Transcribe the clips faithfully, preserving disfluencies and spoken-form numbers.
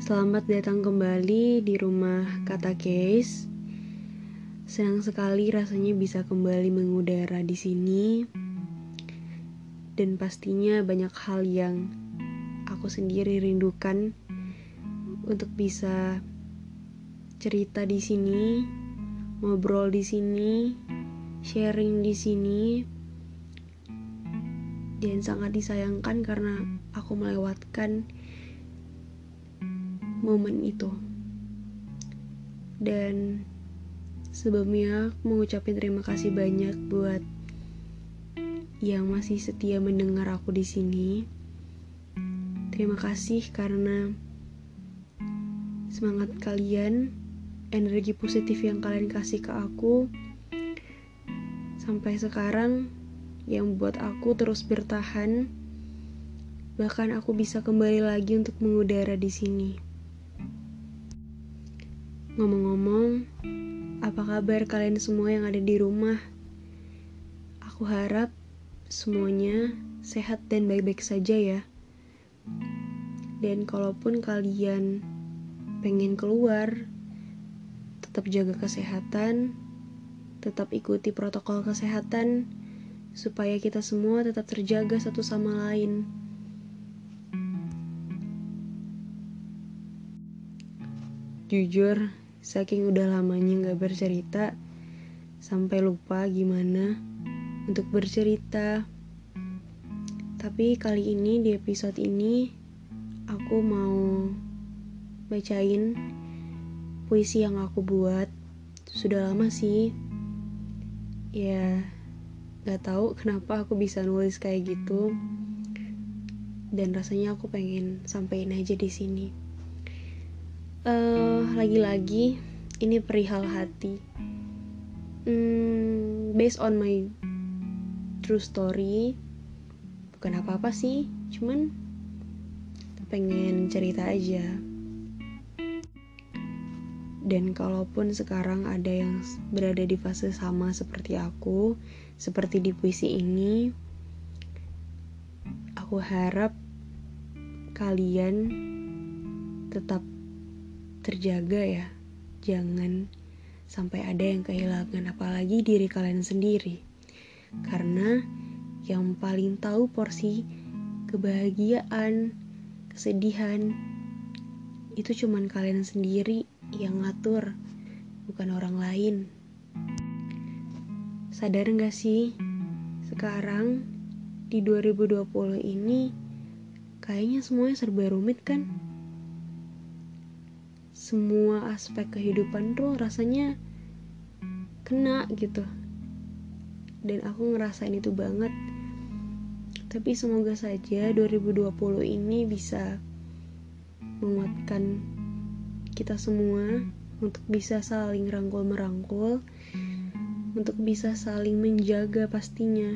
Selamat datang kembali di rumah Kata Case. Senang sekali rasanya bisa kembali mengudara di sini. Dan pastinya banyak hal yang aku sendiri rindukan untuk bisa cerita di sini, ngobrol di sini, sharing di sini. Dan sangat disayangkan karena aku melewatkan momen itu. Dan sebelumnya aku mengucapkan terima kasih banyak buat yang masih setia mendengar aku di sini. Terima kasih karena semangat kalian, energi positif yang kalian kasih ke aku sampai sekarang yang buat aku terus bertahan. Bahkan aku bisa kembali lagi untuk mengudara di sini. Ngomong-ngomong, apa kabar kalian semua yang ada di rumah? Aku harap semuanya sehat dan baik-baik saja ya. Dan kalaupun kalian pengen keluar, tetap jaga kesehatan, tetap ikuti protokol kesehatan, supaya kita semua tetap terjaga satu sama lain. Jujur, saking udah lamanya gak bercerita, sampai lupa gimana untuk bercerita. Tapi kali ini, di episode ini, aku mau bacain puisi yang aku buat. Sudah lama sih. Ya, gak tahu kenapa aku bisa nulis kayak gitu. Dan rasanya aku pengen sampein aja di sini. Uh, lagi-lagi ini perihal hati. Hmm, based on my true story. Bukan apa-apa sih, cuman pengen cerita aja. Dan kalaupun sekarang ada yang berada di fase sama seperti aku, seperti di puisi ini, aku harap kalian tetap terjaga ya. Jangan sampai ada yang kehilangan, apalagi diri kalian sendiri. Karena yang paling tahu porsi kebahagiaan, kesedihan, itu cuman kalian sendiri yang ngatur, bukan orang lain. Sadar gak sih, sekarang di dua ribu dua puluh ini kayaknya semuanya serba rumit kan? Semua aspek kehidupan tuh rasanya kena gitu. Dan aku ngerasain itu banget. Tapi semoga saja dua ribu dua puluh ini bisa menguatkan kita semua untuk bisa saling rangkul-merangkul, untuk bisa saling menjaga pastinya.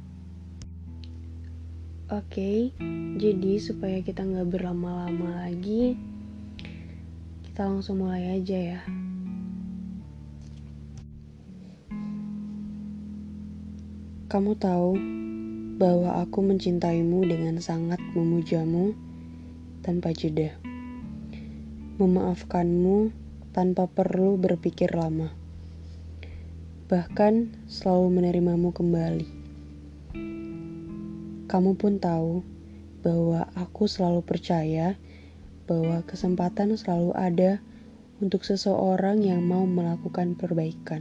Oke, jadi supaya kita gak berlama-lama lagi, kita langsung mulai aja ya. Kamu tahu bahwa aku mencintaimu dengan sangat, memujamu tanpa jeda, memaafkanmu tanpa perlu berpikir lama, bahkan selalu menerimamu kembali. Kamu pun tahu bahwa aku selalu percaya bahwa kesempatan selalu ada untuk seseorang yang mau melakukan perbaikan.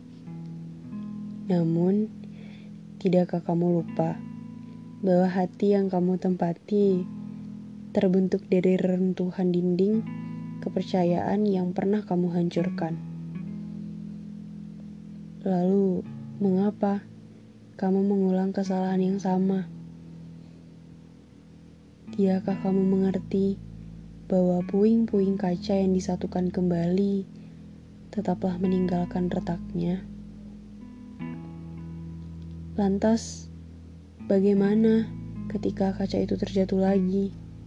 Namun, tidakkah kamu lupa bahwa hati yang kamu tempati terbentuk dari reruntuhan dinding kepercayaan yang pernah kamu hancurkan? Lalu, mengapa kamu mengulang kesalahan yang sama? Tidakkah kamu mengerti bahwa puing-puing kaca yang disatukan kembali tetaplah meninggalkan retaknya? Lantas, bagaimana ketika kaca itu terjatuh lagi?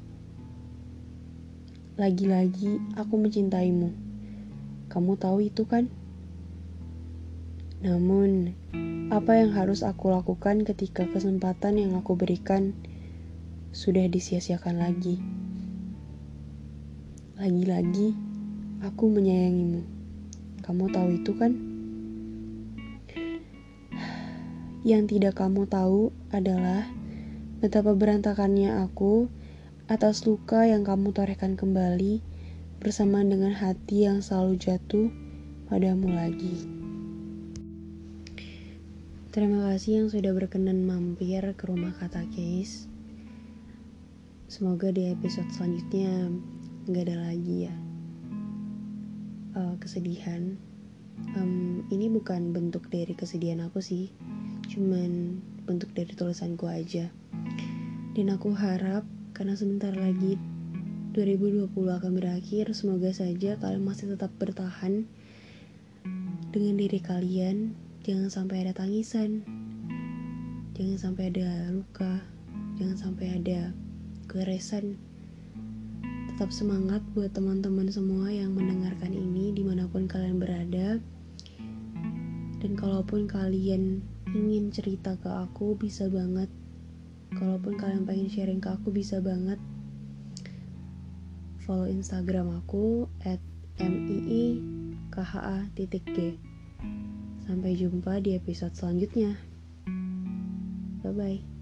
Lagi-lagi aku mencintaimu. Kamu tahu itu kan? Namun, apa yang harus aku lakukan ketika kesempatan yang aku berikan sudah disia-siakan lagi? Lagi-lagi, aku menyayangimu. Kamu tahu itu kan? Yang tidak kamu tahu adalah betapa berantakannya aku atas luka yang kamu torehkan kembali bersama dengan hati yang selalu jatuh padamu lagi. Terima kasih yang sudah berkenan mampir ke rumah kata Case. Semoga di episode selanjutnya gak ada lagi ya uh, kesedihan. um, Ini bukan bentuk dari kesedihan aku sih, cuman bentuk dari tulisanku aja. Dan aku harap karena sebentar lagi dua ribu dua puluh akan berakhir, semoga saja kalian masih tetap bertahan dengan diri kalian. Jangan sampai ada tangisan, jangan sampai ada luka, jangan sampai ada keresan. Tetap semangat buat teman-teman semua yang mendengarkan ini dimanapun kalian berada. Dan kalaupun kalian ingin cerita ke aku, bisa banget. Kalaupun kalian pengen sharing ke aku, bisa banget. Follow Instagram aku at miikha titik g. Sampai jumpa di episode selanjutnya. Bye bye.